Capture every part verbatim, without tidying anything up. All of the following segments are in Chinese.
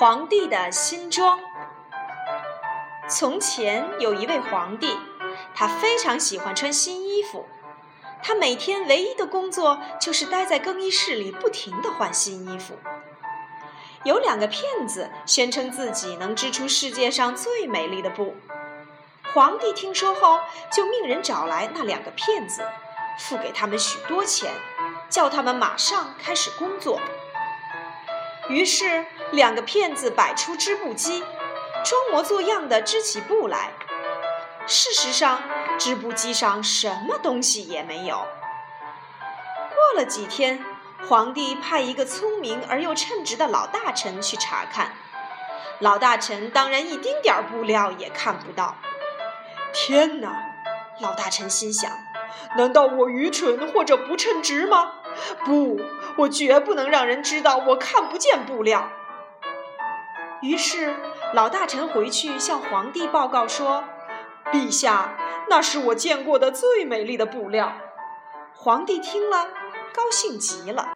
皇帝的新装。从前有一位皇帝，他非常喜欢穿新衣服。他每天唯一的工作就是待在更衣室里不停地换新衣服。有两个骗子宣称自己能织出世界上最美丽的布。皇帝听说后，就命人找来那两个骗子，付给他们许多钱，叫他们马上开始工作。于是两个骗子摆出织布机，装模作样地织起布来。事实上，织布机上什么东西也没有。过了几天，皇帝派一个聪明而又称职的老大臣去查看。老大臣当然一丁点布料也看不到。天哪！老大臣心想，难道我愚蠢或者不称职吗？不，我绝不能让人知道我看不见布料。于是老大臣回去向皇帝报告说，陛下，那是我见过的最美丽的布料。皇帝听了，高兴极了。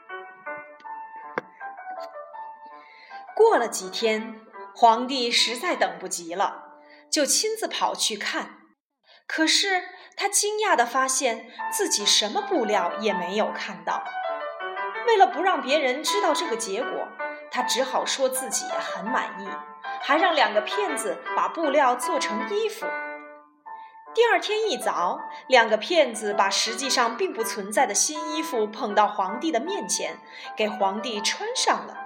过了几天，皇帝实在等不及了，就亲自跑去看。可是他惊讶地发现自己什么布料也没有看到。为了不让别人知道这个结果，他只好说自己很满意，还让两个骗子把布料做成衣服。第二天一早，两个骗子把实际上并不存在的新衣服捧到皇帝的面前，给皇帝穿上了。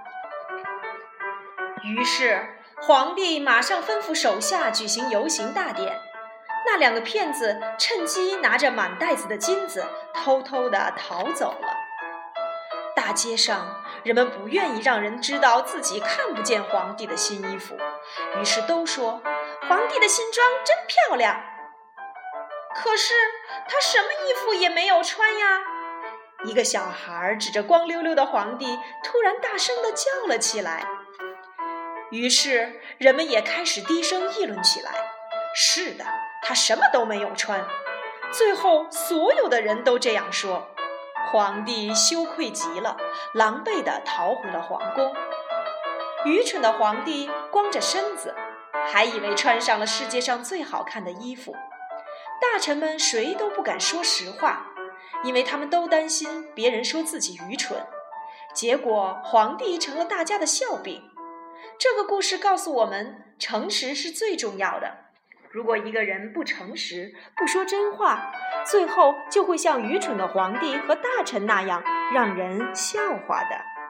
于是皇帝马上吩咐手下举行游行大典。那两个骗子趁机拿着满袋子的金子，偷偷地逃走了。大街上，人们不愿意让人知道自己看不见皇帝的新衣服，于是都说皇帝的新装真漂亮。可是他什么衣服也没有穿呀！一个小孩指着光溜溜的皇帝，突然大声地叫了起来。于是人们也开始低声议论起来。是的，他什么都没有穿。最后所有的人都这样说。皇帝羞愧极了，狼狈地逃回了皇宫。愚蠢的皇帝光着身子，还以为穿上了世界上最好看的衣服。大臣们谁都不敢说实话，因为他们都担心别人说自己愚蠢。结果皇帝成了大家的笑柄。这个故事告诉我们，诚实是最重要的。如果一个人不诚实，不说真话，最后就会像愚蠢的皇帝和大臣那样让人笑话的。